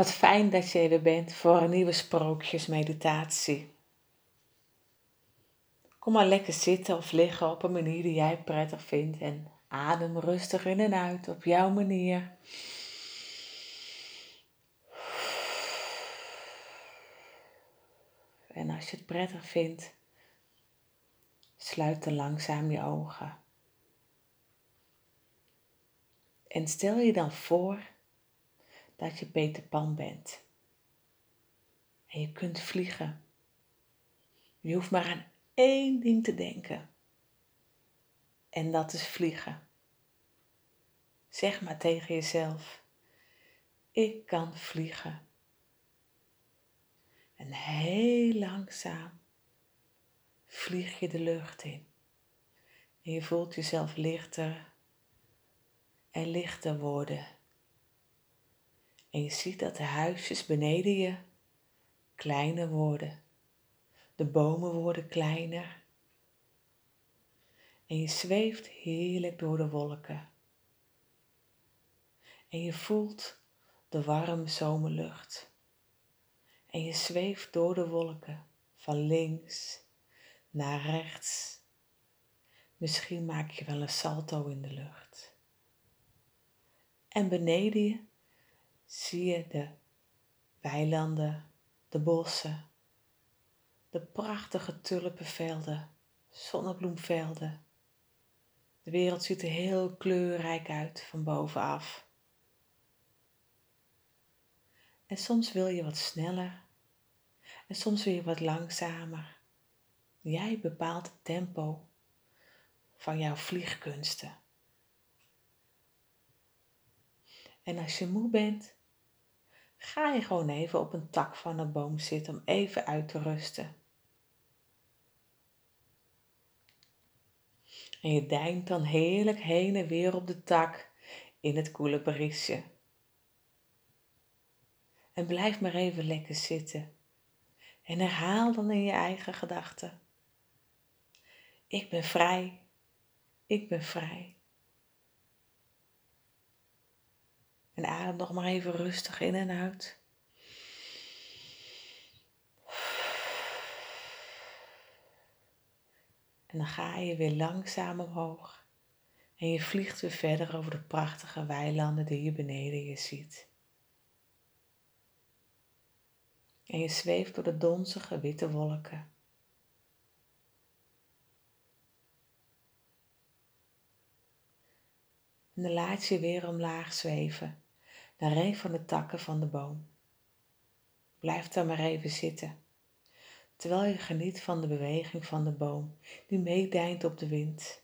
Wat fijn dat je er bent voor een nieuwe sprookjesmeditatie. Kom maar lekker zitten of liggen op een manier die jij prettig vindt en adem rustig in en uit op jouw manier. En als je het prettig vindt, sluit dan langzaam je ogen. En stel je dan voor dat je Peter Pan bent. En je kunt vliegen. Je hoeft maar aan één ding te denken. En dat is vliegen. Zeg maar tegen jezelf: ik kan vliegen. En heel langzaam vlieg je de lucht in. En je voelt jezelf lichter en lichter worden. En je ziet dat de huisjes beneden je kleiner worden. De bomen worden kleiner. En je zweeft heerlijk door de wolken. En je voelt de warme zomerlucht. En je zweeft door de wolken van links naar rechts. Misschien maak je wel een salto in de lucht. En beneden je zie je de weilanden, de bossen, de prachtige tulpenvelden, zonnebloemvelden. De wereld ziet er heel kleurrijk uit van bovenaf. En soms wil je wat sneller en soms wil je wat langzamer. Jij bepaalt het tempo van jouw vliegkunsten. En als je moe bent, ga je gewoon even op een tak van een boom zitten om even uit te rusten. En je deint dan heerlijk heen en weer op de tak in het koele briesje. En blijf maar even lekker zitten. En herhaal dan in je eigen gedachten: ik ben vrij, ik ben vrij. En adem nog maar even rustig in en uit. En dan ga je weer langzaam omhoog. En je vliegt weer verder over de prachtige weilanden die je beneden je ziet. En je zweeft door de donzige witte wolken. En dan laat je weer omlaag zweven naar een van de takken van de boom. Blijf daar maar even zitten, terwijl je geniet van de beweging van de boom die meedijnt op de wind.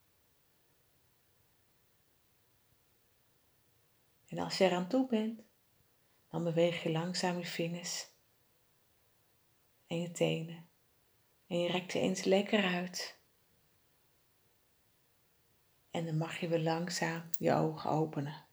En als je eraan toe bent, dan beweeg je langzaam je vingers en je tenen. En je rekt je eens lekker uit. En dan mag je weer langzaam je ogen openen.